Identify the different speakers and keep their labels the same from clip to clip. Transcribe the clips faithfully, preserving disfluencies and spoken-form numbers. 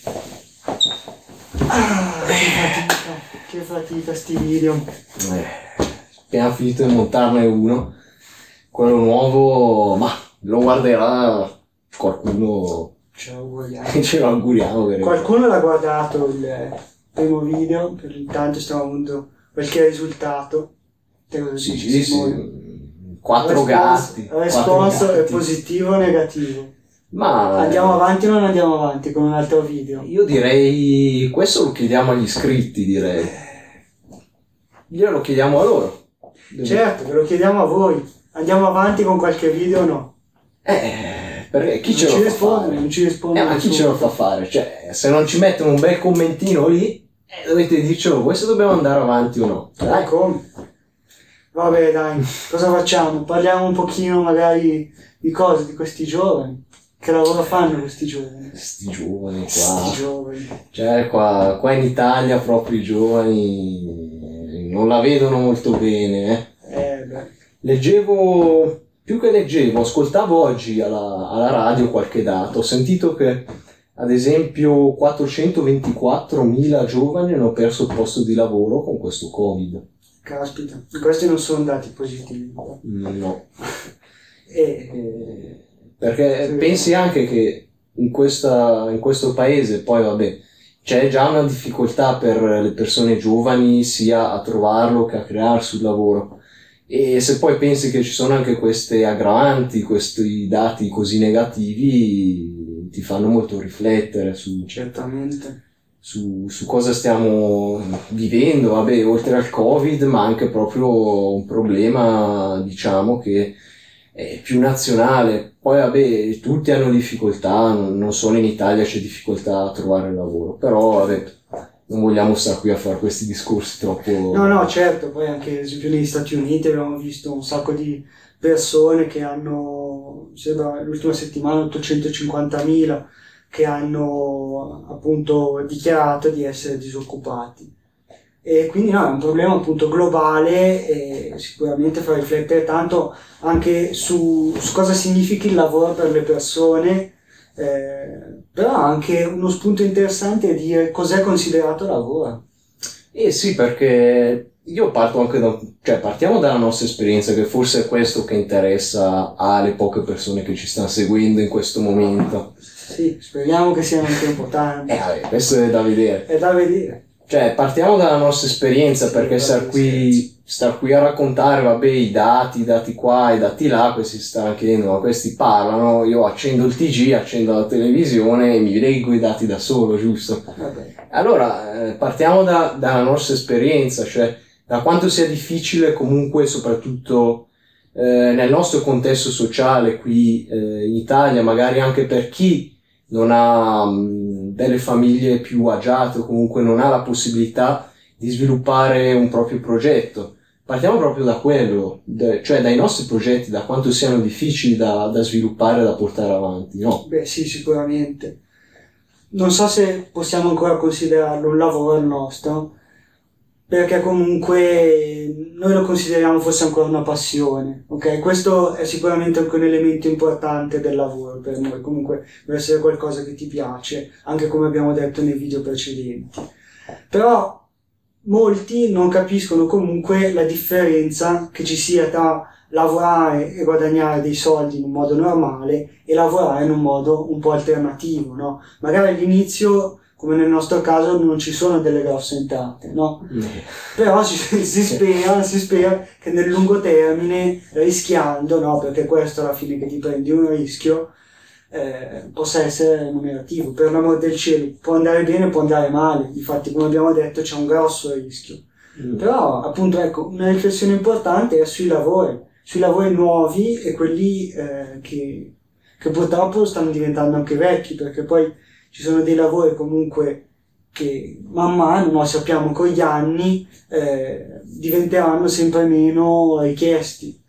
Speaker 1: Ah, che fatica, che fatica sti video.
Speaker 2: Eh, appena finito di montarne uno, quello nuovo, ma lo guarderà qualcuno.
Speaker 1: Ce lo auguriamo.
Speaker 2: Ce lo auguriamo.
Speaker 1: Qualcuno l'ha guardato il primo video, per intanto stiamo avendo qualche risultato.
Speaker 2: Sì, sì, sì. Quattro gatti.
Speaker 1: Il responso è positivo o negativo?
Speaker 2: Ma
Speaker 1: andiamo avanti o non andiamo avanti con un altro video?
Speaker 2: Io direi, questo lo chiediamo agli iscritti, direi. Glielo chiediamo a loro.
Speaker 1: Certo, ve lo chiediamo a voi. Andiamo avanti con qualche video o no?
Speaker 2: Eh, perché chi
Speaker 1: non
Speaker 2: ce
Speaker 1: ci
Speaker 2: lo
Speaker 1: risponde,
Speaker 2: fa fare?
Speaker 1: Non ci risponde.
Speaker 2: Eh, ma chi ce lo fa fare? Cioè, se non ci mettono un bel commentino lì, eh, dovete dircelo voi se dobbiamo andare avanti o no.
Speaker 1: Dai, come? Vabbè, dai, cosa facciamo? Parliamo un pochino magari di cose, di questi giovani. Che lavoro fanno questi giovani?
Speaker 2: Sti giovani qua.
Speaker 1: Sti giovani.
Speaker 2: Cioè, qua, qua in Italia proprio i giovani non la vedono molto bene, eh.
Speaker 1: Eh, beh.
Speaker 2: Leggevo, più che leggevo, ascoltavo oggi alla, alla radio qualche dato. Ho sentito che, ad esempio, quattrocentoventiquattromila giovani hanno perso il posto di lavoro con questo Covid.
Speaker 1: Caspita, questi non sono dati positivi.
Speaker 2: No.
Speaker 1: E...
Speaker 2: Eh, perché sì, pensi anche che in, questa, in questo paese, poi vabbè, c'è già una difficoltà per le persone giovani sia a trovarlo che a crearsi un lavoro. E se poi pensi che ci sono anche queste aggravanti, questi dati così negativi, ti fanno molto riflettere su,
Speaker 1: certamente.
Speaker 2: su, su cosa stiamo vivendo, vabbè, oltre al Covid, ma anche proprio un problema, diciamo, che è più nazionale. Poi vabbè, tutti hanno difficoltà, non solo in Italia c'è difficoltà a trovare lavoro, però vabbè, non vogliamo stare qui a fare questi discorsi troppo...
Speaker 1: No, no, certo, poi anche ad esempio negli Stati Uniti abbiamo visto un sacco di persone che hanno, sembra l'ultima settimana, ottocentocinquantamila che hanno appunto dichiarato di essere disoccupati. E quindi no, è un problema appunto globale e sicuramente fa riflettere tanto anche su, su cosa significhi il lavoro per le persone, eh, però anche uno spunto interessante è dire cos'è considerato lavoro.
Speaker 2: Eh sì, perché io parto anche da, cioè partiamo dalla nostra esperienza, che forse è questo che interessa alle poche persone che ci stanno seguendo in questo momento.
Speaker 1: Sì, speriamo che siano anche importanti.
Speaker 2: Eh vabbè, questo è da vedere.
Speaker 1: È da vedere.
Speaker 2: Cioè, partiamo dalla nostra esperienza, perché star qui, star qui a raccontare, vabbè, i dati, i dati qua, i dati là, questi stanno chiedendo, ma questi parlano, io accendo il T G, accendo la televisione e mi leggo i dati da solo, giusto?
Speaker 1: Vabbè.
Speaker 2: Allora, eh, partiamo da, dalla nostra esperienza, cioè da quanto sia difficile comunque, soprattutto eh, nel nostro contesto sociale qui eh, in Italia, magari anche per chi non ha mh, delle famiglie più agiate o comunque non ha la possibilità di sviluppare un proprio progetto. Partiamo proprio da quello, de- cioè dai nostri progetti, da quanto siano difficili da, da sviluppare e da portare avanti, no?
Speaker 1: Beh sì, sicuramente. Non so se possiamo ancora considerarlo un lavoro il nostro, perché comunque noi lo consideriamo forse ancora una passione, ok? Questo è sicuramente anche un elemento importante del lavoro per noi, comunque deve essere qualcosa che ti piace, anche come abbiamo detto nei video precedenti. Però molti non capiscono comunque la differenza che ci sia tra lavorare e guadagnare dei soldi in un modo normale e lavorare in un modo un po' alternativo, no? Magari all'inizio, come nel nostro caso, non ci sono delle grosse entrate, no? Mm. Però si, si spera, si spera che nel lungo termine, rischiando, no? Perché questo alla fine che ti prendi un rischio, eh, possa essere remunerativo. Per l'amor del cielo, può andare bene, può andare male. Infatti, come abbiamo detto, c'è un grosso rischio. Mm. Però, appunto, ecco, una riflessione importante è sui lavori, sui lavori nuovi e quelli eh, che, che purtroppo stanno diventando anche vecchi, perché poi ci sono dei lavori comunque che man mano, no, sappiamo con gli anni, eh, diventeranno sempre meno richiesti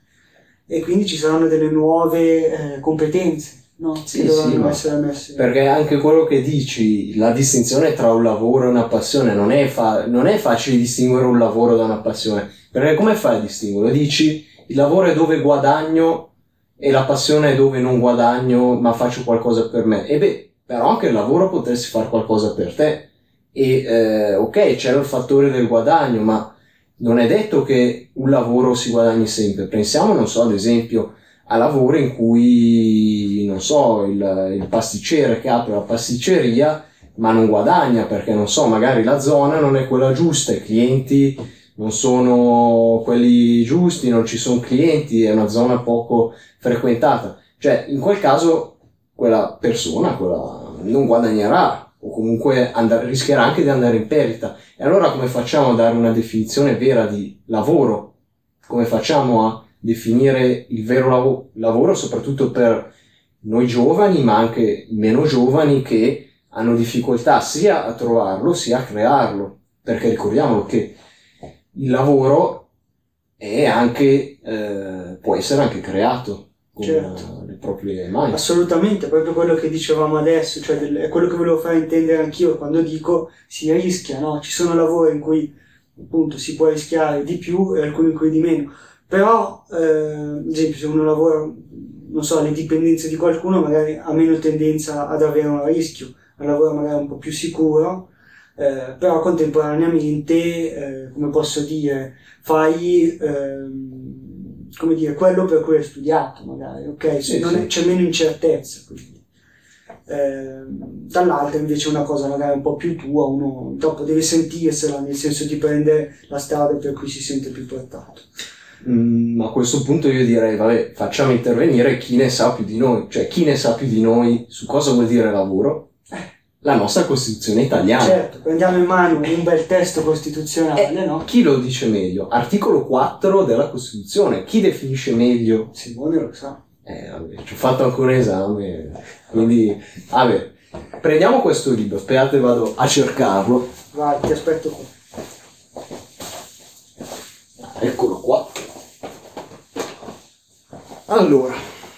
Speaker 1: e quindi ci saranno delle nuove eh, competenze, no?
Speaker 2: Sì,
Speaker 1: che dovranno
Speaker 2: sì,
Speaker 1: essere messe.
Speaker 2: Perché anche quello che dici, la distinzione tra un lavoro e una passione, non è, fa- non è facile distinguere un lavoro da una passione, perché come fai a distinguerlo? Dici il lavoro è dove guadagno e la passione è dove non guadagno ma faccio qualcosa per me, e beh, però anche il lavoro potresti fare qualcosa per te. E eh, ok, c'era il fattore del guadagno, ma non è detto che un lavoro si guadagni sempre. Pensiamo, non so, ad esempio a lavori in cui, non so, il, il pasticcere che apre la pasticceria ma non guadagna perché, non so, magari la zona non è quella giusta, i clienti non sono quelli giusti, non ci sono clienti, è una zona poco frequentata. Cioè, in quel caso quella persona quella non guadagnerà o comunque and- rischierà anche di andare in perdita. E allora come facciamo a dare una definizione vera di lavoro? Come facciamo a definire il vero lav- lavoro, soprattutto per noi giovani, ma anche i meno giovani che hanno difficoltà sia a trovarlo sia a crearlo? Perché ricordiamolo che il lavoro è anche, eh, può essere anche creato con
Speaker 1: Certo.
Speaker 2: le proprie mani.
Speaker 1: Assolutamente, proprio quello che dicevamo adesso, cioè del- è quello che volevo fare intendere anch'io quando dico si rischia, no? Ci sono lavori in cui appunto si può rischiare di più e alcuni in cui di meno, però eh, ad esempio se uno lavora, non so, alle dipendenze di qualcuno magari ha meno tendenza ad avere un rischio, un lavoro magari un po' più sicuro, eh, però contemporaneamente, eh, come posso dire, fai ehm, come dire, quello per cui hai studiato magari, ok?
Speaker 2: Sì,
Speaker 1: non
Speaker 2: sì.
Speaker 1: è- c'è meno incertezza, quindi. Eh, dall'altra invece una cosa magari un po' più tua, uno dopo deve sentirsela, nel senso di prendere la strada per cui si sente più portato.
Speaker 2: Mm, a questo punto io direi, vabbè, facciamo intervenire chi ne sa più di noi, cioè chi ne sa più di noi su cosa vuol dire lavoro? La nostra Costituzione italiana.
Speaker 1: Certo, prendiamo in mano un bel testo costituzionale,
Speaker 2: Eh,
Speaker 1: no?
Speaker 2: Chi lo dice meglio? Articolo quattro della Costituzione. Chi definisce meglio?
Speaker 1: Simone lo sa.
Speaker 2: Eh, vabbè, ci ho fatto anche un esame, quindi, vabbè, prendiamo questo libro, aspettate, vado a cercarlo.
Speaker 1: Vai, ti aspetto qua.
Speaker 2: Eccolo qua. Allora,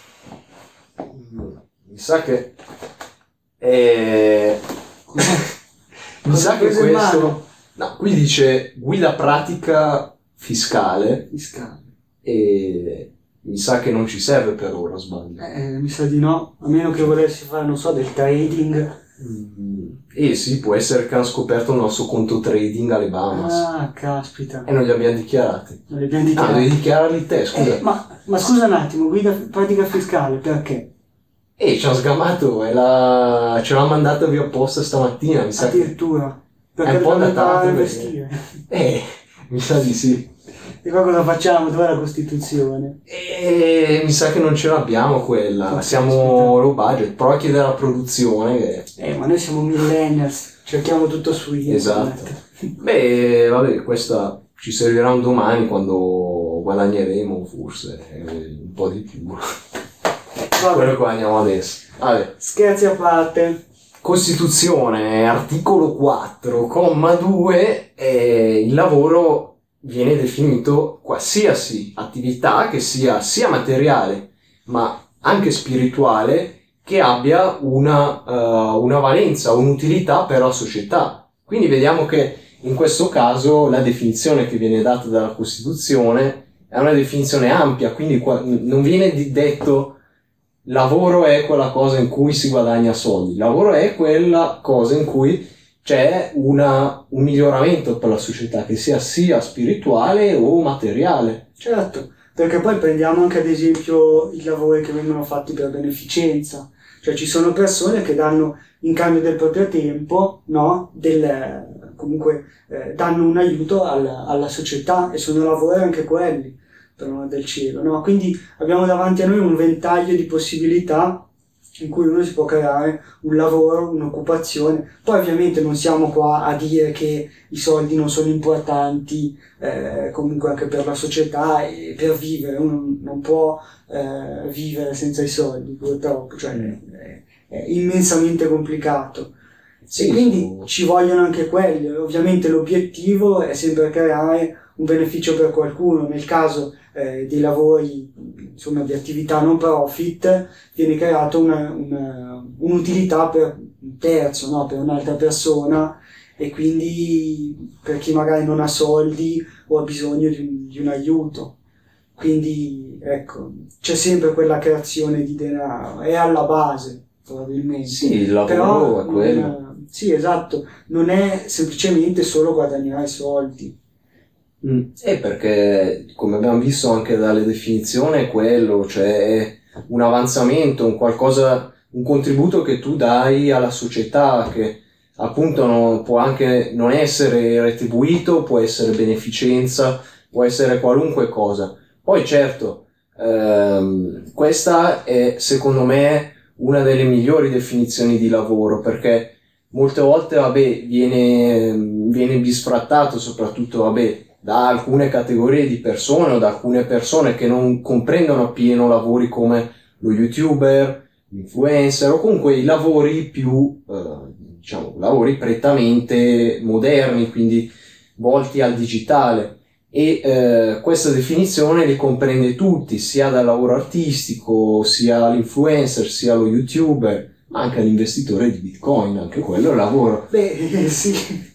Speaker 2: mi sa che eh, mi
Speaker 1: Cosa
Speaker 2: sa
Speaker 1: hai
Speaker 2: che
Speaker 1: preso in
Speaker 2: questo,
Speaker 1: mano?
Speaker 2: no, qui dice guida pratica fiscale
Speaker 1: Fiscale.
Speaker 2: e mi sa che non ci serve per ora, sbaglio.
Speaker 1: Eh, mi sa di no, a meno che volessi fare, non so, del trading.
Speaker 2: Mm, eh sì, può essere che hanno scoperto il nostro conto trading alle Bahamas
Speaker 1: Ah, caspita.
Speaker 2: e non li abbiamo dichiarati.
Speaker 1: Non li abbiamo
Speaker 2: Ah,
Speaker 1: dichiarati.
Speaker 2: devi dichiararli te, scusa.
Speaker 1: Eh, ma, ma scusa un attimo, guida pratica fiscale, perché?
Speaker 2: E ci ha sgamato e la... ce l'ha mandata via apposta stamattina, mi sa che...
Speaker 1: Addirittura. Perché
Speaker 2: È un po'
Speaker 1: dobbiamo
Speaker 2: datato,
Speaker 1: investire.
Speaker 2: Eh, mi sa di sì.
Speaker 1: E qua cosa facciamo? Dov'è la Costituzione?
Speaker 2: E mi sa che non ce l'abbiamo quella, siamo low budget, prova a chiedere alla produzione che...
Speaker 1: Eh, ma noi siamo millennials, cerchiamo tutto su internet.
Speaker 2: Esatto. Beh, vabbè, questa ci servirà un domani quando guadagneremo forse eh, un po' di più.
Speaker 1: Vabbè,
Speaker 2: Quello che guadagniamo adesso. Vabbè.
Speaker 1: scherzi a parte.
Speaker 2: Costituzione, articolo quattro, comma due, eh, il lavoro viene definito qualsiasi attività che sia sia materiale ma anche spirituale che abbia una, uh, una valenza, un'utilità per la società. Quindi vediamo che in questo caso la definizione che viene data dalla Costituzione è una definizione ampia, quindi qua, non viene di- detto lavoro è quella cosa in cui si guadagna soldi, lavoro è quella cosa in cui c'è una, un miglioramento per la società, che sia sia spirituale o materiale.
Speaker 1: Certo, perché poi prendiamo anche ad esempio i lavori che vengono fatti per beneficenza. Cioè ci sono persone che danno in cambio del proprio tempo, no? Del, comunque eh, danno un aiuto alla, alla società e sono lavori anche quelli, per l'amor del cielo, no? Quindi abbiamo davanti a noi un ventaglio di possibilità in cui uno si può creare un lavoro, un'occupazione. Poi ovviamente non siamo qua a dire che i soldi non sono importanti, eh, comunque anche per la società e per vivere. Uno non può eh, vivere senza i soldi, purtroppo, cioè è, è immensamente complicato.
Speaker 2: Sì,
Speaker 1: E quindi
Speaker 2: sono-
Speaker 1: ci vogliono anche quelli. Ovviamente l'obiettivo è sempre creare un beneficio per qualcuno. Nel caso eh, dei lavori, insomma, di attività non profit, viene creata una, una, un'utilità per un terzo, no? Per un'altra persona, e quindi per chi magari non ha soldi o ha bisogno di un, di un aiuto. Quindi ecco, c'è sempre quella creazione di denaro, è alla base, probabilmente.
Speaker 2: Sì, il lavoro
Speaker 1: Però,
Speaker 2: è quello.
Speaker 1: non, sì, esatto, non è semplicemente solo guadagnare soldi.
Speaker 2: Mm. E perché, come abbiamo visto anche dalle definizioni, è quello, cioè è un avanzamento, un qualcosa, un contributo che tu dai alla società, che appunto non, può anche non essere retribuito, può essere beneficenza, può essere qualunque cosa. Poi certo, ehm, questa è secondo me una delle migliori definizioni di lavoro, perché molte volte vabbè, viene, viene bisfrattato soprattutto vabbè, da alcune categorie di persone o da alcune persone che non comprendono appieno lavori come lo youtuber, l'influencer o comunque i lavori più, eh, diciamo, lavori prettamente moderni, quindi volti al digitale. E eh, questa definizione li comprende tutti, sia dal lavoro artistico, sia l'influencer, sia lo youtuber, ma anche l'investitore di Bitcoin, anche quello è lavoro.
Speaker 1: Beh, sì.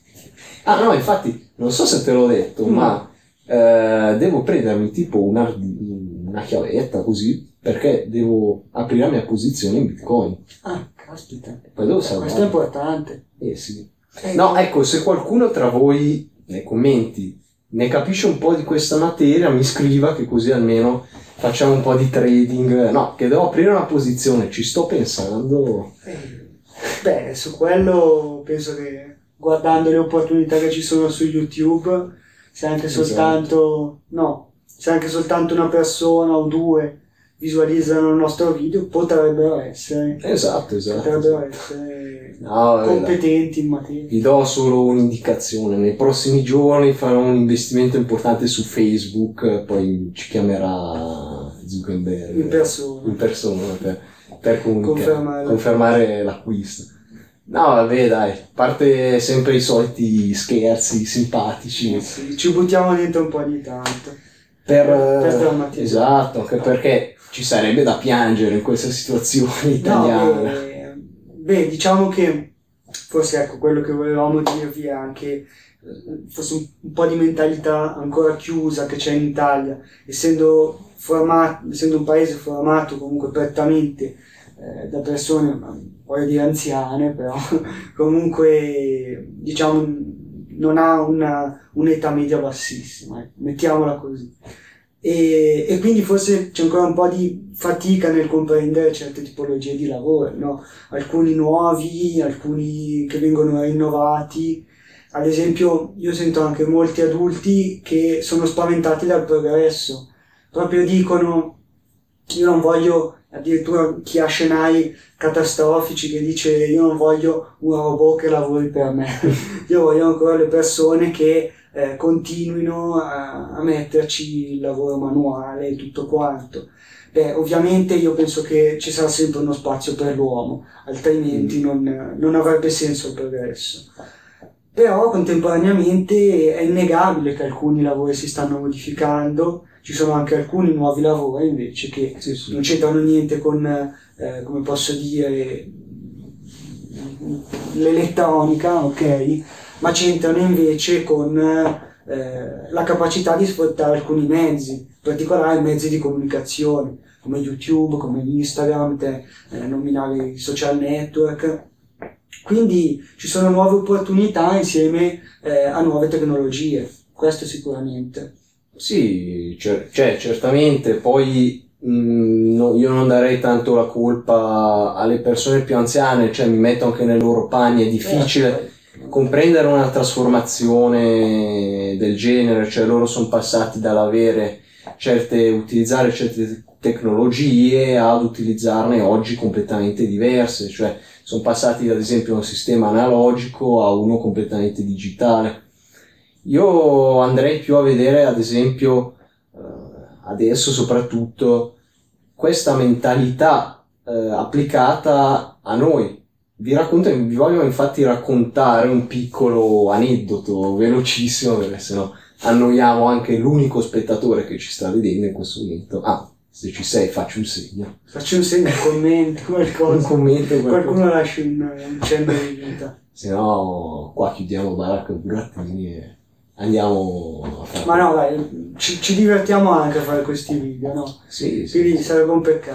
Speaker 2: Ah no, infatti, non so se te l'ho detto,
Speaker 1: Mm.
Speaker 2: ma eh, devo prendermi tipo una, una chiavetta così, perché devo aprire la mia posizione in Bitcoin.
Speaker 1: Ah, caspita.
Speaker 2: Poi devo
Speaker 1: Questo è
Speaker 2: salvare.
Speaker 1: importante.
Speaker 2: Eh sì.
Speaker 1: Eh,
Speaker 2: No, ecco, se qualcuno tra voi nei commenti ne capisce un po' di questa materia, mi scriva che così almeno facciamo un po' di trading. No, che devo aprire una posizione, ci sto pensando.
Speaker 1: eh, Beh, su quello penso che guardando le opportunità che ci sono su YouTube, se anche
Speaker 2: Esatto.
Speaker 1: soltanto, no, se anche soltanto una persona o due visualizzano il nostro video, potrebbero essere,
Speaker 2: Esatto, esatto.
Speaker 1: potrebbero
Speaker 2: esatto.
Speaker 1: essere
Speaker 2: No, vabbè, dai.
Speaker 1: competenti in materia.
Speaker 2: Vi do solo un'indicazione, nei prossimi giorni farò un investimento importante su Facebook, poi ci chiamerà Zuckerberg
Speaker 1: In persona.
Speaker 2: in persona per, per comunicare,
Speaker 1: Confermare.
Speaker 2: confermare l'acquisto. No, vabbè, dai, a parte sempre i soliti scherzi simpatici.
Speaker 1: Sì, ci buttiamo dentro un po' di tanto.
Speaker 2: Per,
Speaker 1: Per drammatizzare.
Speaker 2: esatto, anche perché ci sarebbe da piangere in questa situazione italiana.
Speaker 1: No, beh, beh, diciamo che forse ecco quello che volevamo dirvi è anche eh, forse un, un po' di mentalità ancora chiusa che c'è in Italia, essendo, formato, essendo un paese formato comunque prettamente eh, da persone, ma voglio dire anziane, però comunque diciamo non ha una, un'età media bassissima, eh, mettiamola così. E, e quindi forse c'è ancora un po' di fatica nel comprendere certe tipologie di lavoro, no? Alcuni nuovi, alcuni che vengono rinnovati. Ad esempio, io sento anche molti adulti che sono spaventati dal progresso, proprio dicono io non voglio, addirittura chi ha scenari catastrofici che dice io non voglio un robot che lavori per me, io voglio ancora le persone che eh, continuino a, a metterci il lavoro manuale e tutto quanto. Beh, ovviamente io penso che ci sarà sempre uno spazio per l'uomo, altrimenti non, non avrebbe senso il progresso. Però contemporaneamente è innegabile che alcuni lavori si stanno modificando, ci sono anche alcuni nuovi lavori invece che
Speaker 2: Sì, sì.
Speaker 1: non c'entrano niente con, eh, come posso dire, l'elettronica, ok? Ma c'entrano invece con eh, la capacità di sfruttare alcuni mezzi, in particolare mezzi di comunicazione, come YouTube, come Instagram, te, eh, nominare i social network. Quindi ci sono nuove opportunità insieme eh, a nuove tecnologie, questo sicuramente.
Speaker 2: Sì, cer- cioè certamente, poi mh, no, io non darei tanto la colpa alle persone più anziane, cioè mi metto anche nei loro panni, è difficile comprendere una trasformazione del genere, cioè loro sono passati dall'avere certe, utilizzare certe tecnologie ad utilizzarne oggi completamente diverse, cioè sono passati ad esempio da un sistema analogico a uno completamente digitale. Io andrei più a vedere ad esempio eh, adesso soprattutto questa mentalità eh, applicata a noi. Vi racconto, vi voglio infatti raccontare un piccolo aneddoto velocissimo perché sennò annoiamo anche l'unico spettatore che ci sta vedendo in questo momento. Ah, se ci sei faccio un segno.
Speaker 1: Faccio un segno, un commento, qualcosa.
Speaker 2: Un commento, qualcosa.
Speaker 1: Qualcuno lasci un, un cenno di vita.
Speaker 2: Se no qua chiudiamo Baracca Burattini e andiamo a fare...
Speaker 1: Ma no, dai, ci, ci divertiamo anche a fare questi video, no?
Speaker 2: Sì, sì.
Speaker 1: Quindi sarebbe un peccato.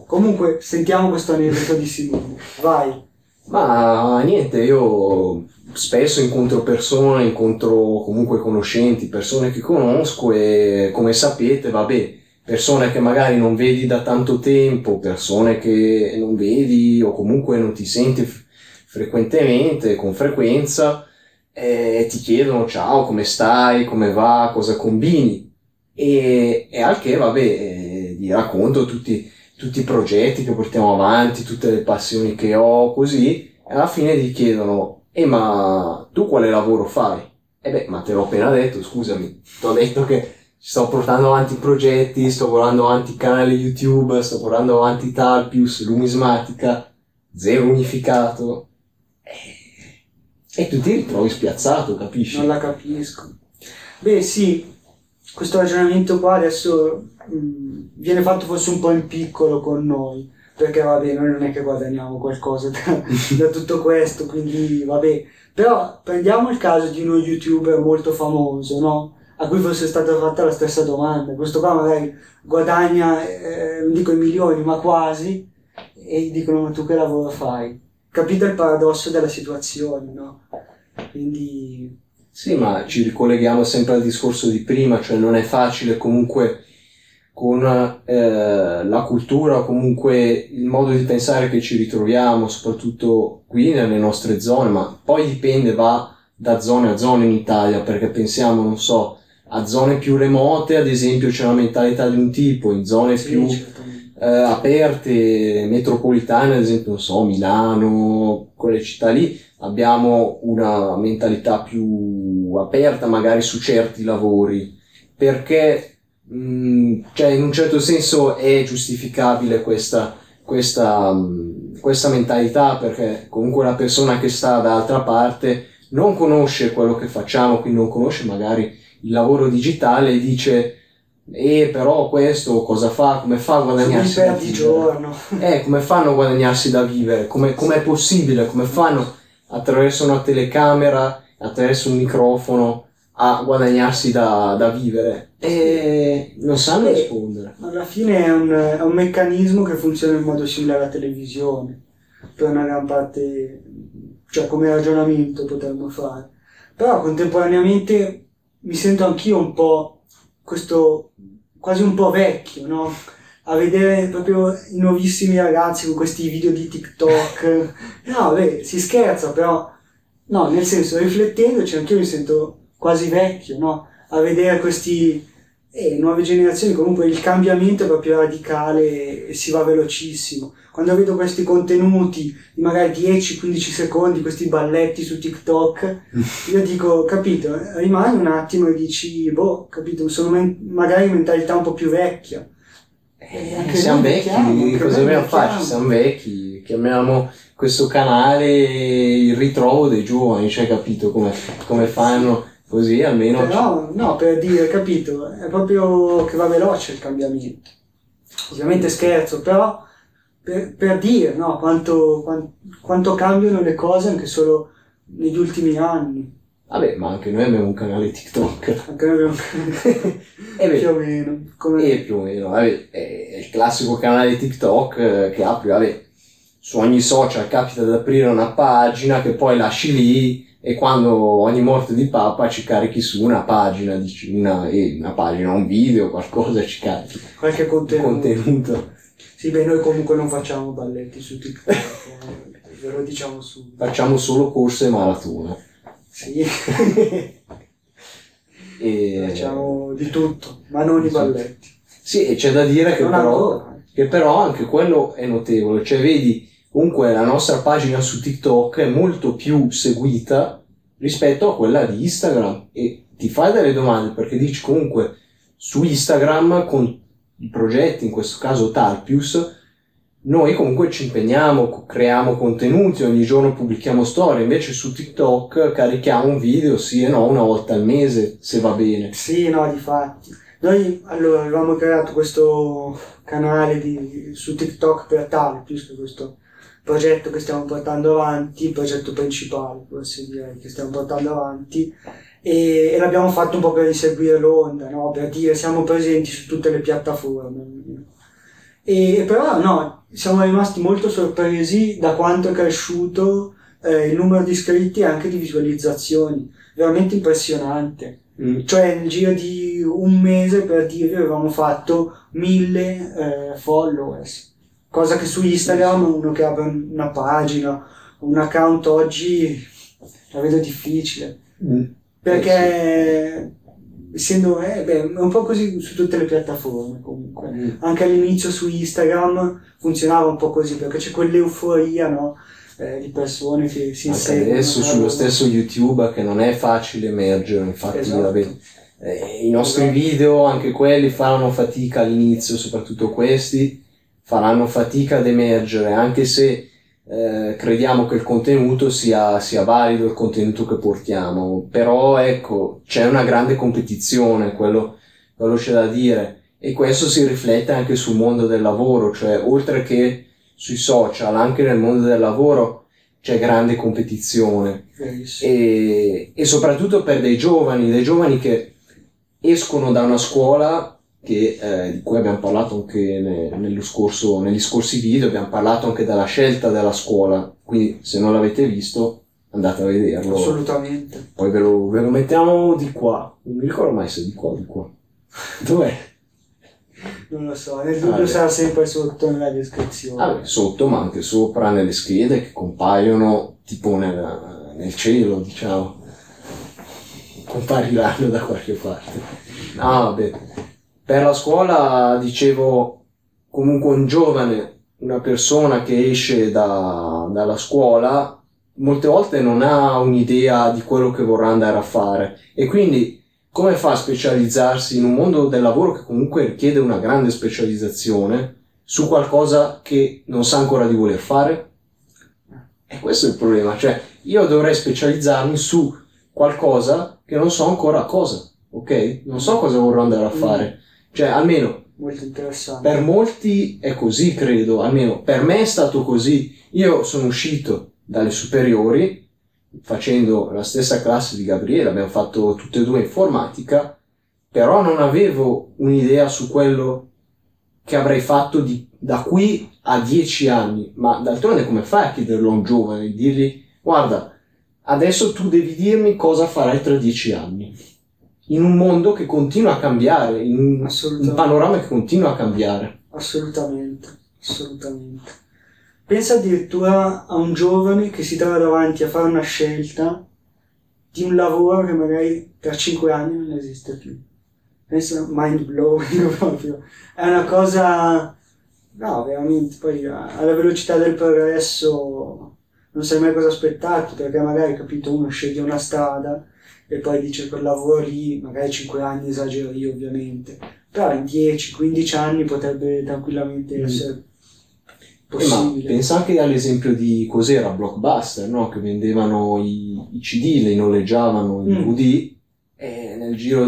Speaker 1: Comunque, sentiamo questo aneddoto di Simone. Vai.
Speaker 2: Ma niente, io spesso incontro persone, incontro comunque conoscenti, persone che conosco e come sapete, vabbè, persone che magari non vedi da tanto tempo, persone che non vedi o comunque non ti senti f- frequentemente, con frequenza, e ti chiedono ciao, come stai, come va, cosa combini e, e al che, vabbè, eh, gli racconto tutti, tutti i progetti che portiamo avanti, tutte le passioni che ho, così, e alla fine ti chiedono, eh ma tu quale lavoro fai? E beh, ma te l'ho appena detto, scusami, ti ho detto che sto portando avanti progetti, sto portando avanti canale YouTube, sto portando avanti Talpius, Numismatica, Zero Unificato. E, e tu ti ritrovi spiazzato, capisci?
Speaker 1: Non la capisco. Beh, sì, questo ragionamento qua adesso mh, viene fatto forse un po' in piccolo con noi, perché vabbè, noi non è che guadagniamo qualcosa da, da tutto questo, quindi vabbè. Però prendiamo il caso di uno YouTuber molto famoso, no? A cui fosse stata fatta la stessa domanda. Questo qua magari guadagna, eh, non dico i milioni, ma quasi, e gli dicono, ma tu che lavoro fai? Capite il paradosso della situazione, no? Quindi...
Speaker 2: Sì, ma ci ricolleghiamo sempre al discorso di prima, cioè non è facile comunque con eh, la cultura o comunque il modo di pensare che ci ritroviamo, soprattutto qui nelle nostre zone, ma poi dipende, va da zone a zone in Italia, perché pensiamo, non so, a zone più remote, ad esempio, c'è una mentalità di un tipo, in zone
Speaker 1: sì,
Speaker 2: più
Speaker 1: certamente.
Speaker 2: eh, aperte, metropolitane, ad esempio, non so, Milano, quelle città lì, abbiamo una mentalità più aperta magari su certi lavori, perché mh, cioè in un certo senso è giustificabile questa, questa, mh, questa mentalità, perché comunque la persona che sta dall'altra parte non conosce quello che facciamo, quindi non conosce magari il lavoro digitale e dice eh però questo cosa fa, come fa a guadagnarsi da
Speaker 1: di
Speaker 2: vivere?
Speaker 1: giorno.
Speaker 2: Eh, come fanno a guadagnarsi da vivere? Come è possibile? Come fanno attraverso una telecamera, attraverso un microfono a guadagnarsi da, da vivere? E non sanno
Speaker 1: Beh,
Speaker 2: rispondere.
Speaker 1: alla fine è un, è un meccanismo che funziona in modo simile alla televisione, per una gran parte, cioè come ragionamento potremmo fare. Però contemporaneamente mi sento anch'io un po' questo, quasi un po' vecchio, no? A vedere proprio i nuovissimi ragazzi con questi video di TikTok. No, beh, si scherza, però, no, nel senso, riflettendoci, anch'io mi sento quasi vecchio, no? A vedere questi eh, nuove generazioni, comunque il cambiamento è proprio radicale e si va velocissimo. Quando vedo questi contenuti di magari dieci quindici secondi, questi balletti su TikTok, io dico, capito, rimani un attimo e dici, boh, capito, sono men- magari mentalità un po' più vecchia.
Speaker 2: Eh, anche siamo vecchi, cosa dobbiamo fare? Siamo vecchi, chiamiamo questo canale il ritrovo dei giovani, cioè capito come, come fanno così almeno.
Speaker 1: Però, no, per dire, capito, è proprio che va veloce il cambiamento. Ovviamente scherzo, però per, per dire, no, quanto, quanto, quanto cambiano le cose anche solo negli ultimi anni.
Speaker 2: Vabbè, ma anche noi abbiamo un canale TikTok.
Speaker 1: Anche noi abbiamo un canale
Speaker 2: e
Speaker 1: più o meno. Come...
Speaker 2: E più o meno, vabbè, è il classico canale TikTok eh, che apri, vabbè, su ogni social capita di aprire una pagina che poi lasci lì e quando ogni morte di papa ci carichi su una pagina, dici una, eh, una pagina, un video, qualcosa ci carichi.
Speaker 1: Qualche contenuto.
Speaker 2: contenuto.
Speaker 1: Sì, beh, noi comunque non facciamo balletti su TikTok, ve lo diciamo subito.
Speaker 2: Facciamo solo corse e maratone.
Speaker 1: Sì.
Speaker 2: e...
Speaker 1: Facciamo di tutto, ma non i balletti.
Speaker 2: Sì, e c'è da dire che però, che però anche quello è notevole, cioè vedi, comunque la nostra pagina su TikTok è molto più seguita rispetto a quella di Instagram e ti fai delle domande perché dici comunque su Instagram con i progetti, in questo caso Talpius, noi comunque ci impegniamo, creiamo contenuti, ogni giorno pubblichiamo storie, invece su TikTok carichiamo un video sì e no una volta al mese, se va bene.
Speaker 1: Sì, no, difatti. Noi allora avevamo creato questo canale di, su TikTok per Talpius, che questo progetto che stiamo portando avanti, il progetto principale, forse direi, che stiamo portando avanti, e, e l'abbiamo fatto un po' per inseguire l'onda, no? Per dire siamo presenti su tutte le piattaforme. E però no, siamo rimasti molto sorpresi da quanto è cresciuto eh, il numero di iscritti e anche di visualizzazioni, veramente impressionante. Mm. Cioè nel giro di un mese, per dire, avevamo fatto mille eh, followers, cosa che su Instagram uno che abbia una pagina, un account oggi la vedo difficile, mm. perché essendo eh, beh, è un po' così su tutte le piattaforme comunque, mm. anche all'inizio su Instagram funzionava un po' così, perché c'è quell'euforia, no? Eh, di persone che si inseguono.
Speaker 2: Adesso sullo stesso YouTube, che non è facile emergere, infatti, esatto. vabbè, eh, i nostri esatto. video, anche quelli, faranno fatica all'inizio, soprattutto questi, faranno fatica ad emergere, anche se eh, crediamo che il contenuto sia, sia valido, il contenuto che portiamo, però ecco, c'è una grande competizione, quello, quello c'è da dire, e questo si riflette anche sul mondo del lavoro, cioè oltre che sui social, anche nel mondo del lavoro c'è grande competizione, e, e soprattutto per dei giovani, dei giovani che escono da una scuola che, eh, di cui abbiamo parlato anche ne, nello scorso, negli scorsi video, abbiamo parlato anche della scelta della scuola, quindi se non l'avete visto andate a vederlo.
Speaker 1: Assolutamente.
Speaker 2: Poi ve lo, ve lo mettiamo di qua, non mi ricordo mai se di qua o di qua. Dov'è?
Speaker 1: Non lo so, nel dubbio ah, sarà sempre sotto nella descrizione.
Speaker 2: Ah, sotto, ma anche sopra nelle schede che compaiono tipo nel, nel cielo, diciamo. Compariranno da qualche parte. Ah, vabbè. Per la scuola, dicevo, comunque un giovane, una persona che esce da, dalla scuola, molte volte non ha un'idea di quello che vorrà andare a fare. E quindi come fa a specializzarsi in un mondo del lavoro che comunque richiede una grande specializzazione su qualcosa che non sa ancora di voler fare? E questo è il problema, cioè io dovrei specializzarmi su qualcosa che non so ancora cosa, ok? Non so cosa vorrò andare a fare, cioè almeno
Speaker 1: molto interessante.
Speaker 2: Per molti è così, credo, almeno per me è stato così. Io sono uscito dalle superiori facendo la stessa classe di Gabriele, abbiamo fatto tutte e due informatica, però non avevo un'idea su quello che avrei fatto di, da qui a dieci anni, ma d'altronde come fai a chiederlo a un giovane, dirgli guarda, adesso tu devi dirmi cosa farai tra dieci anni, in un mondo che continua a cambiare, in un panorama che continua a cambiare.
Speaker 1: Assolutamente, assolutamente. Pensa addirittura a un giovane che si trova davanti a fare una scelta di un lavoro che magari tra cinque anni non esiste più. Pensa, mind blowing proprio. È una cosa, no, veramente, poi alla velocità del progresso non sai mai cosa aspettarti, perché magari, capito, uno sceglie una strada e poi dice quel lavoro lì, magari cinque anni esagero io ovviamente, però in dieci quindici anni potrebbe tranquillamente mm. essere possibile.
Speaker 2: Ma pensa anche all'esempio di cos'era Blockbuster, no? Che vendevano i, i C D, li noleggiavano in mm. D V D, e nel giro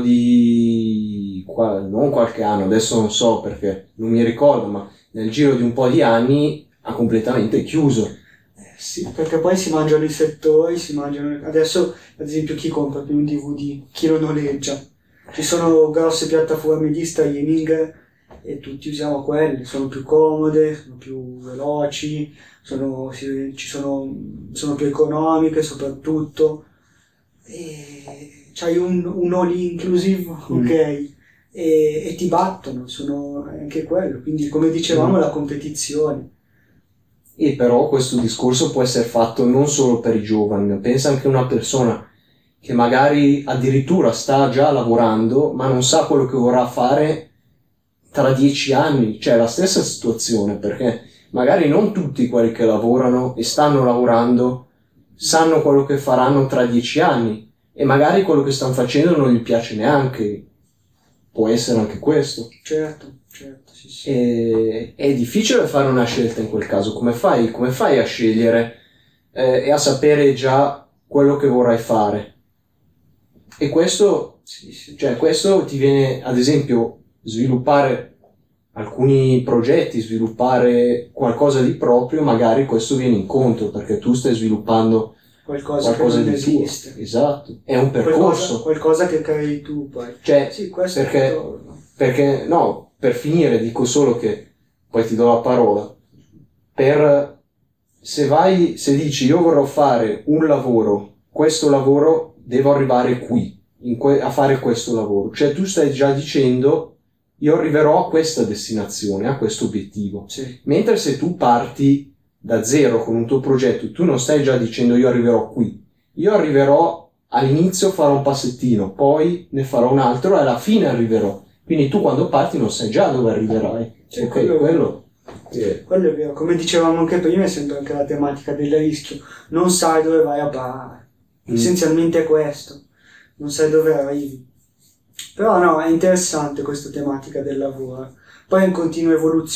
Speaker 2: di non qualche anno, adesso non so perché non mi ricordo, ma nel giro di un po' di anni ha completamente chiuso.
Speaker 1: Eh, sì, perché poi si mangiano i settori, si mangiano. Adesso ad esempio chi compra più un D V D, chi lo noleggia, ci sono grosse piattaforme di streaming e tutti usiamo quelle, sono più comode, sono più veloci, sono, ci sono, sono più economiche soprattutto, e c'hai un, un all inclusive, mm. ok, e, e ti battono, sono anche quello, quindi come dicevamo mm. la competizione.
Speaker 2: E però questo discorso può essere fatto non solo per i giovani, pensa anche a una persona che magari addirittura sta già lavorando ma non sa quello che vorrà fare tra dieci anni, cioè la stessa situazione, perché magari non tutti quelli che lavorano e stanno lavorando sanno quello che faranno tra dieci anni e magari quello che stanno facendo non gli piace neanche, può essere anche questo.
Speaker 1: Certo, certo, sì, sì.
Speaker 2: E, è difficile fare una scelta in quel caso, come fai, come fai a scegliere eh, e a sapere già quello che vorrai fare? E questo,
Speaker 1: sì, sì.
Speaker 2: Cioè, questo ti viene, ad esempio, sviluppare alcuni progetti, sviluppare qualcosa di proprio, magari questo viene incontro perché tu stai sviluppando
Speaker 1: qualcosa,
Speaker 2: qualcosa
Speaker 1: che non
Speaker 2: di
Speaker 1: esiste.
Speaker 2: tuo. Esatto, è un percorso.
Speaker 1: Qualcosa, qualcosa che crei tu poi.
Speaker 2: Cioè,
Speaker 1: sì, questo
Speaker 2: perché,
Speaker 1: è
Speaker 2: perché no, per finire dico solo che poi ti do la parola, per se vai, se dici io vorrò fare un lavoro, questo lavoro devo arrivare qui, in que- a fare questo lavoro, cioè tu stai già dicendo io arriverò a questa destinazione, a questo obiettivo,
Speaker 1: sì.
Speaker 2: Mentre se tu parti da zero con un tuo progetto, tu non stai già dicendo io arriverò qui, io arriverò all'inizio, farò un passettino, poi ne farò un altro e alla fine arriverò. Quindi tu quando parti non sai già dove arriverai.
Speaker 1: Sì,
Speaker 2: ok,
Speaker 1: quello,
Speaker 2: quello,
Speaker 1: yeah. quello è vero. Come dicevamo anche prima, è sempre anche la tematica del rischio. Non sai dove vai a parare. Mm. Essenzialmente è questo. Non sai dove arrivi. Però no, è interessante questa tematica del lavoro. Poi è in continua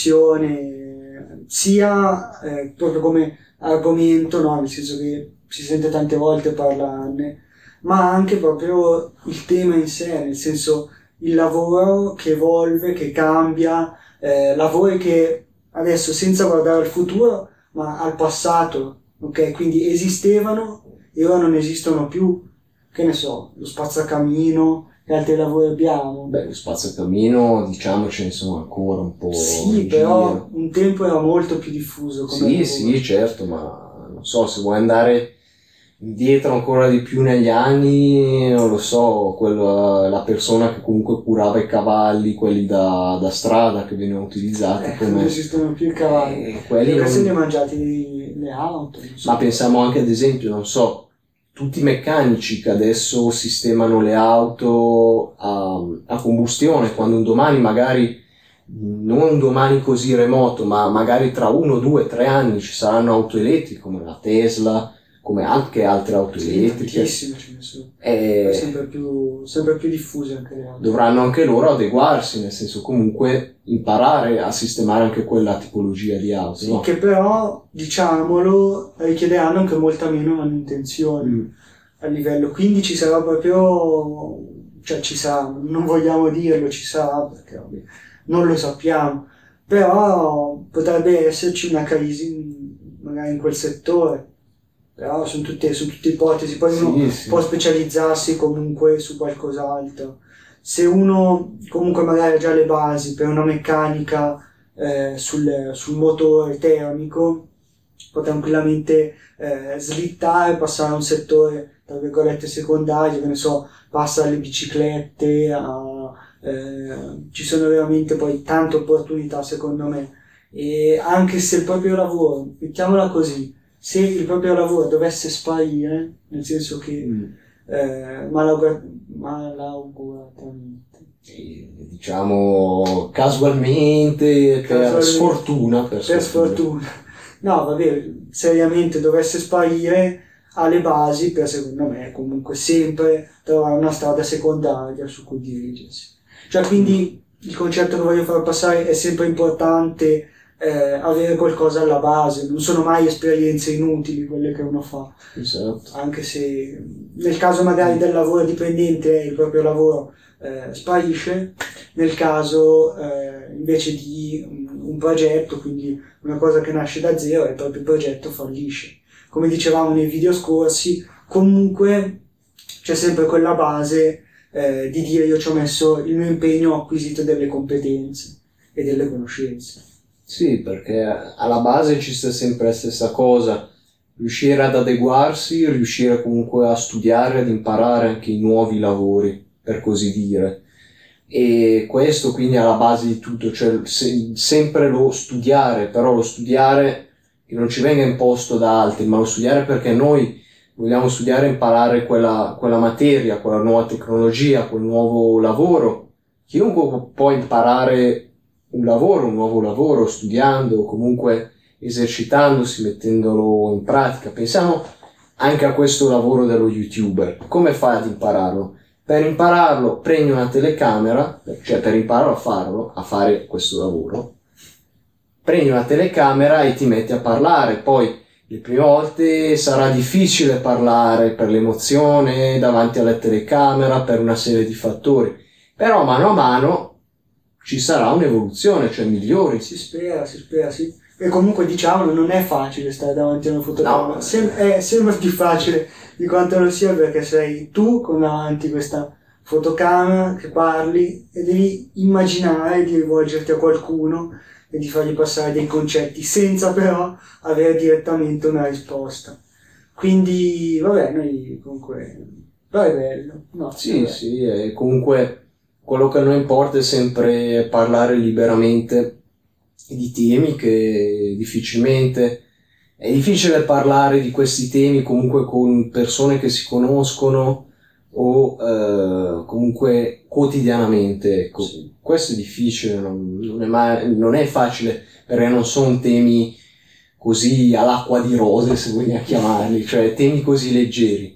Speaker 1: evoluzione, sia eh, proprio come argomento, no? Nel senso che si sente tante volte parlarne, ma anche proprio il tema in sé, nel senso il lavoro che evolve, che cambia, eh, lavori che adesso senza guardare al futuro, ma al passato, ok? Quindi esistevano e ora non esistono più, che ne so, lo spazzacamino, che altri lavori abbiamo?
Speaker 2: Beh, lo spazzacamino, diciamo, ce ne sono ancora un po'.
Speaker 1: Sì, però giro. Un tempo era molto più diffuso. Come
Speaker 2: sì, lavoro. Sì, certo, ma non so, se vuoi andare indietro ancora di più negli anni, non lo so, quello, la persona che comunque curava i cavalli, quelli da, da strada che venivano utilizzati.
Speaker 1: Eh,
Speaker 2: come...
Speaker 1: non esistono più i cavalli, eh, quelli non... se ne mangiati le auto.
Speaker 2: So. Ma pensiamo anche ad esempio, non so, tutti i meccanici che adesso sistemano le auto a, a combustione, quando un domani magari, non un domani così remoto, ma magari tra uno, due, tre anni ci saranno auto elettriche come la Tesla, come anche altre auto
Speaker 1: sì,
Speaker 2: elettriche.
Speaker 1: Tantissime ce ne sono. E sempre più, sempre più diffuse anche le auto.
Speaker 2: Dovranno anche loro adeguarsi, nel senso comunque imparare a sistemare anche quella tipologia di auto.
Speaker 1: Sì,
Speaker 2: no?
Speaker 1: Che però, diciamolo, richiederanno anche molta meno manutenzione mm. a livello. Quindi ci sarà proprio, cioè ci sarà, non vogliamo dirlo, ci sarà, perché vabbè, non lo sappiamo, però potrebbe esserci una crisi magari in quel settore. Però sono tutte, sono tutte ipotesi, poi uno
Speaker 2: sì, sì.
Speaker 1: può specializzarsi comunque su qualcos'altro. Se uno comunque magari ha già le basi per una meccanica eh, sul, sul motore termico, può tranquillamente eh, slittare, passare a un settore tra virgolette secondario, che ne so, passa alle biciclette, a, eh, ci sono veramente poi tante opportunità secondo me. E anche se il proprio lavoro, mettiamola così, se il proprio lavoro dovesse sparire, nel senso che mm. eh, malaugura- malauguratamente,
Speaker 2: eh, diciamo casualmente,
Speaker 1: casualmente,
Speaker 2: per sfortuna, per,
Speaker 1: per
Speaker 2: sfortuna.
Speaker 1: sfortuna, no vabbè, seriamente dovesse sparire, ha le basi per, secondo me, comunque sempre trovare una strada secondaria su cui dirigersi. Cioè quindi mm. il concetto che voglio far passare è sempre importante. Eh, avere qualcosa alla base, non sono mai esperienze inutili quelle che uno fa,
Speaker 2: esatto.
Speaker 1: Anche se nel caso magari del lavoro dipendente il proprio lavoro eh, sparisce, nel caso eh, invece di un, un progetto, quindi una cosa che nasce da zero, il proprio progetto fallisce. Come dicevamo nei video scorsi, comunque c'è sempre quella base eh, di dire io ci ho messo il mio impegno, ho acquisito delle competenze e delle conoscenze.
Speaker 2: Sì, perché alla base ci sta sempre la stessa cosa, riuscire ad adeguarsi, riuscire comunque a studiare, ad imparare anche i nuovi lavori, per così dire. E questo quindi è alla base di tutto, cioè se, sempre lo studiare, però lo studiare che non ci venga imposto da altri, ma lo studiare perché noi vogliamo studiare e imparare quella, quella materia, quella nuova tecnologia, quel nuovo lavoro. Chiunque può imparare un lavoro, un nuovo lavoro, studiando, comunque esercitandosi, mettendolo in pratica. Pensiamo anche a questo lavoro dello YouTuber. Come fai ad impararlo? Per impararlo prendi una telecamera, cioè per imparare a farlo, a fare questo lavoro, prendi una telecamera e ti metti a parlare. Poi le prime volte sarà difficile parlare per l'emozione davanti alla telecamera, per una serie di fattori, però mano a mano ci sarà un'evoluzione, cioè migliori.
Speaker 1: Si spera, si spera, sì. E comunque diciamolo, non è facile stare davanti a una fotocamera. No. Sem- è, sembra più facile di quanto non sia, perché sei tu con davanti questa fotocamera che parli e devi immaginare di rivolgerti a qualcuno e di fargli passare dei concetti senza però avere direttamente una risposta. Quindi, vabbè, noi comunque... però è bello. No,
Speaker 2: Sì,
Speaker 1: vabbè.
Speaker 2: sì, e comunque quello che a noi importa è sempre parlare liberamente di temi che difficilmente... È difficile parlare di questi temi comunque con persone che si conoscono o eh, comunque quotidianamente, ecco.
Speaker 1: Sì.
Speaker 2: Questo è difficile, non, non è mai, non è facile perché non sono temi così all'acqua di rose, se vogliamo chiamarli, cioè temi così leggeri.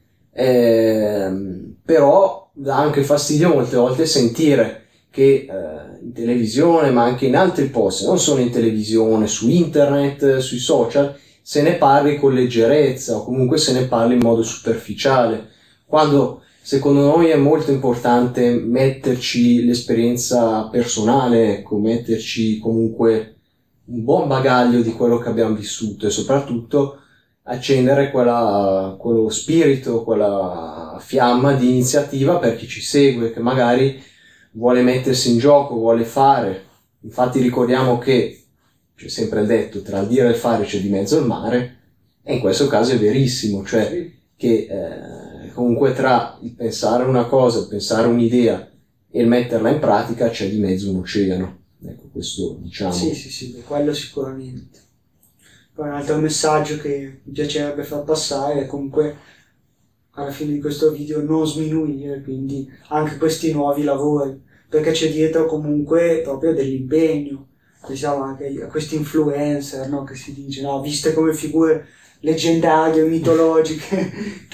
Speaker 2: Eh, però dà anche fastidio molte volte sentire che eh, in televisione, ma anche in altri posti, non solo in televisione, su internet, sui social, se ne parli con leggerezza o comunque se ne parli in modo superficiale, quando secondo noi è molto importante metterci l'esperienza personale, ecco, metterci comunque un buon bagaglio di quello che abbiamo vissuto e soprattutto accendere quella, quello spirito, quella fiamma di iniziativa per chi ci segue, che magari vuole mettersi in gioco, vuole fare. Infatti ricordiamo che c'è sempre il detto, tra il dire e il fare c'è di mezzo il mare, e in questo caso è verissimo, cioè che eh, comunque tra il pensare una cosa, il pensare un'idea e il metterla in pratica c'è di mezzo un oceano. Ecco, questo diciamo.
Speaker 1: Sì, sì, sì, quello sicuramente. Poi un altro messaggio che mi piacerebbe far passare è comunque alla fine di questo video non sminuire quindi anche questi nuovi lavori, perché c'è dietro comunque proprio dell'impegno. Pensiamo anche a questi influencer, no? Che si dice, no? Viste come figure leggendarie, mitologiche,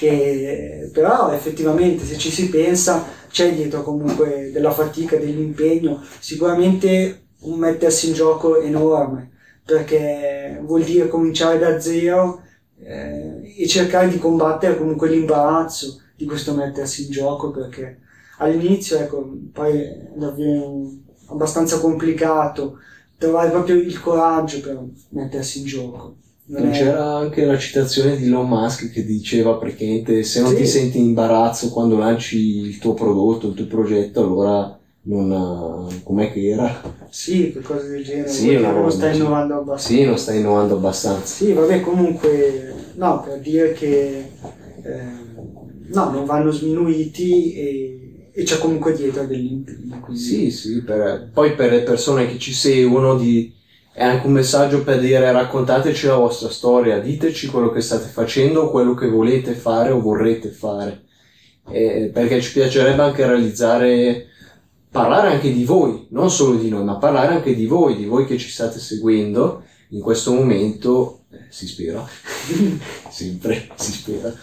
Speaker 1: che però effettivamente se ci si pensa c'è dietro comunque della fatica, dell'impegno, sicuramente un mettersi in gioco enorme, perché vuol dire cominciare da zero eh, e cercare di combattere comunque l'imbarazzo di questo mettersi in gioco, perché all'inizio, ecco, poi è davvero abbastanza complicato trovare proprio il coraggio per mettersi in gioco.
Speaker 2: Non
Speaker 1: è...
Speaker 2: c'era anche la citazione di Elon Musk che diceva praticamente se non
Speaker 1: sì.
Speaker 2: ti senti in imbarazzo quando lanci il tuo prodotto, il tuo progetto, allora non... com'è che era?
Speaker 1: Sì, qualcosa del genere,
Speaker 2: sì, no,
Speaker 1: non stai innovando abbastanza.
Speaker 2: Sì, non stai innovando abbastanza.
Speaker 1: Sì, vabbè, comunque, no, per dire che eh, no, non vanno sminuiti e, e c'è comunque dietro dell'impegno. Quindi...
Speaker 2: Sì, sì, per, poi per le persone che ci seguono di, è anche un messaggio per dire raccontateci la vostra storia, diteci quello che state facendo, quello che volete fare o vorrete fare, eh, perché ci piacerebbe anche realizzare, parlare anche di voi, non solo di noi, ma parlare anche di voi, di voi che ci state seguendo in questo momento, eh, si spera, sempre si spera.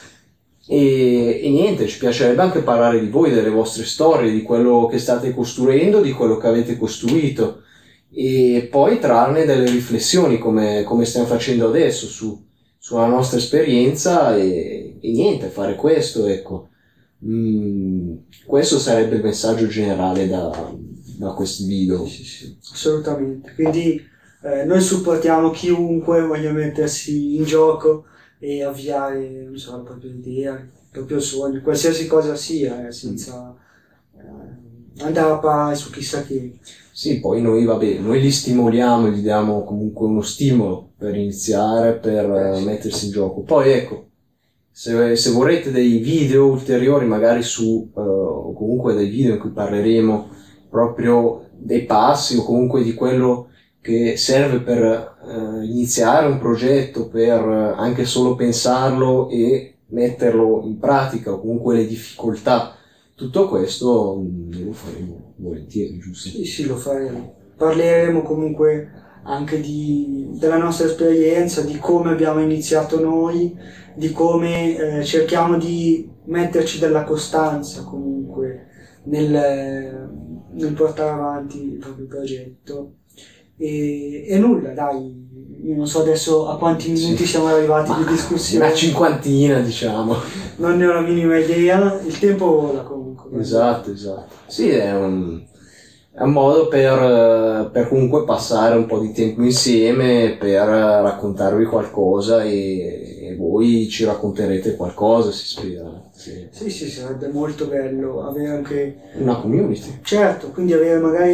Speaker 2: E, e niente, ci piacerebbe anche parlare di voi, delle vostre storie, di quello che state costruendo, di quello che avete costruito e poi trarne delle riflessioni come, come stiamo facendo adesso su, sulla nostra esperienza e, e niente, fare questo, ecco. Mm, questo sarebbe il messaggio generale da, da questi video.
Speaker 1: Sì, sì, sì, assolutamente. Quindi eh, noi supportiamo chiunque voglia mettersi in gioco e avviare, non so, la propria idea, il proprio sogno, qualsiasi cosa sia, eh, senza eh, andare a pari su chissà che.
Speaker 2: Sì, poi noi, vabbè, noi li stimoliamo, gli diamo comunque uno stimolo per iniziare, per
Speaker 1: Eh, sì.
Speaker 2: mettersi in gioco. Poi ecco, se, se vorrete dei video ulteriori, magari su, uh, o comunque dei video in cui parleremo proprio dei passi o comunque di quello che serve per uh, iniziare un progetto, per uh, anche solo pensarlo e metterlo in pratica o comunque le difficoltà, tutto questo mh, lo faremo volentieri, giusto?
Speaker 1: Sì, sì, lo faremo. Parleremo comunque anche di, della nostra esperienza, di come abbiamo iniziato noi, di come eh, cerchiamo di metterci della costanza comunque nel, nel portare avanti il proprio progetto. E, e nulla, dai, io non so adesso a quanti minuti
Speaker 2: Sì.
Speaker 1: siamo arrivati
Speaker 2: Ma
Speaker 1: di discussione.
Speaker 2: una cinquantina, diciamo.
Speaker 1: Non ne ho la minima idea, il tempo vola comunque.
Speaker 2: Esatto, esatto. Sì, è un, è un modo per, per comunque passare un po' di tempo insieme, per raccontarvi qualcosa e, e voi ci racconterete qualcosa, si spera. Sì.
Speaker 1: Sì, sì, sarebbe molto bello avere anche...
Speaker 2: Una community.
Speaker 1: Certo, quindi avere magari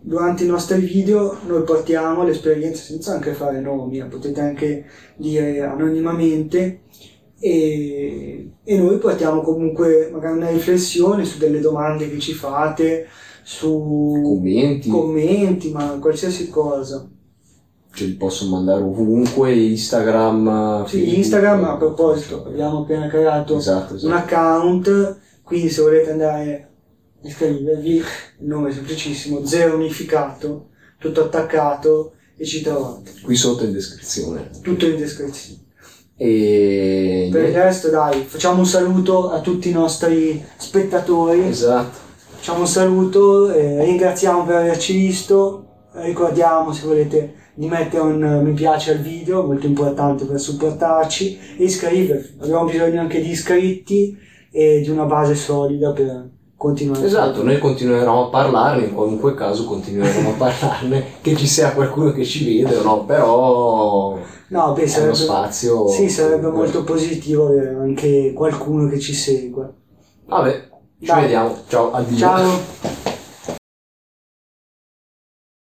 Speaker 1: durante i nostri video noi portiamo l'esperienza senza anche fare nomi, eh, potete anche dire anonimamente, e, e noi portiamo comunque magari una riflessione su delle domande che ci fate, su
Speaker 2: commenti,
Speaker 1: commenti ma qualsiasi cosa.
Speaker 2: Ce li posso mandare ovunque, Instagram.
Speaker 1: Sì,
Speaker 2: Facebook,
Speaker 1: Instagram, a proposito, abbiamo appena creato
Speaker 2: esatto, esatto.
Speaker 1: un account, quindi se volete andare a iscrivervi, il nome è semplicissimo, Zero Unificato, tutto attaccato e ci trovate.
Speaker 2: Qui sotto in descrizione.
Speaker 1: Tutto in descrizione.
Speaker 2: E
Speaker 1: per il resto dai, facciamo un saluto a tutti i nostri spettatori.
Speaker 2: Esatto.
Speaker 1: Facciamo un saluto, eh, ringraziamo per averci visto, ricordiamo se volete di mettere un mi piace al video, molto importante per supportarci, e iscrivervi, abbiamo bisogno anche di iscritti e di una base solida per continuare.
Speaker 2: Esatto, noi continueremo a parlarne, in qualunque caso continueremo a parlarne, che ci sia qualcuno che ci vede o no, però
Speaker 1: no, beh,
Speaker 2: è
Speaker 1: sarebbe,
Speaker 2: uno spazio.
Speaker 1: Sì, sarebbe molto positivo avere anche qualcuno che ci segua.
Speaker 2: Vabbè, ci
Speaker 1: Dai.
Speaker 2: vediamo, ciao, addio.
Speaker 1: Ciao!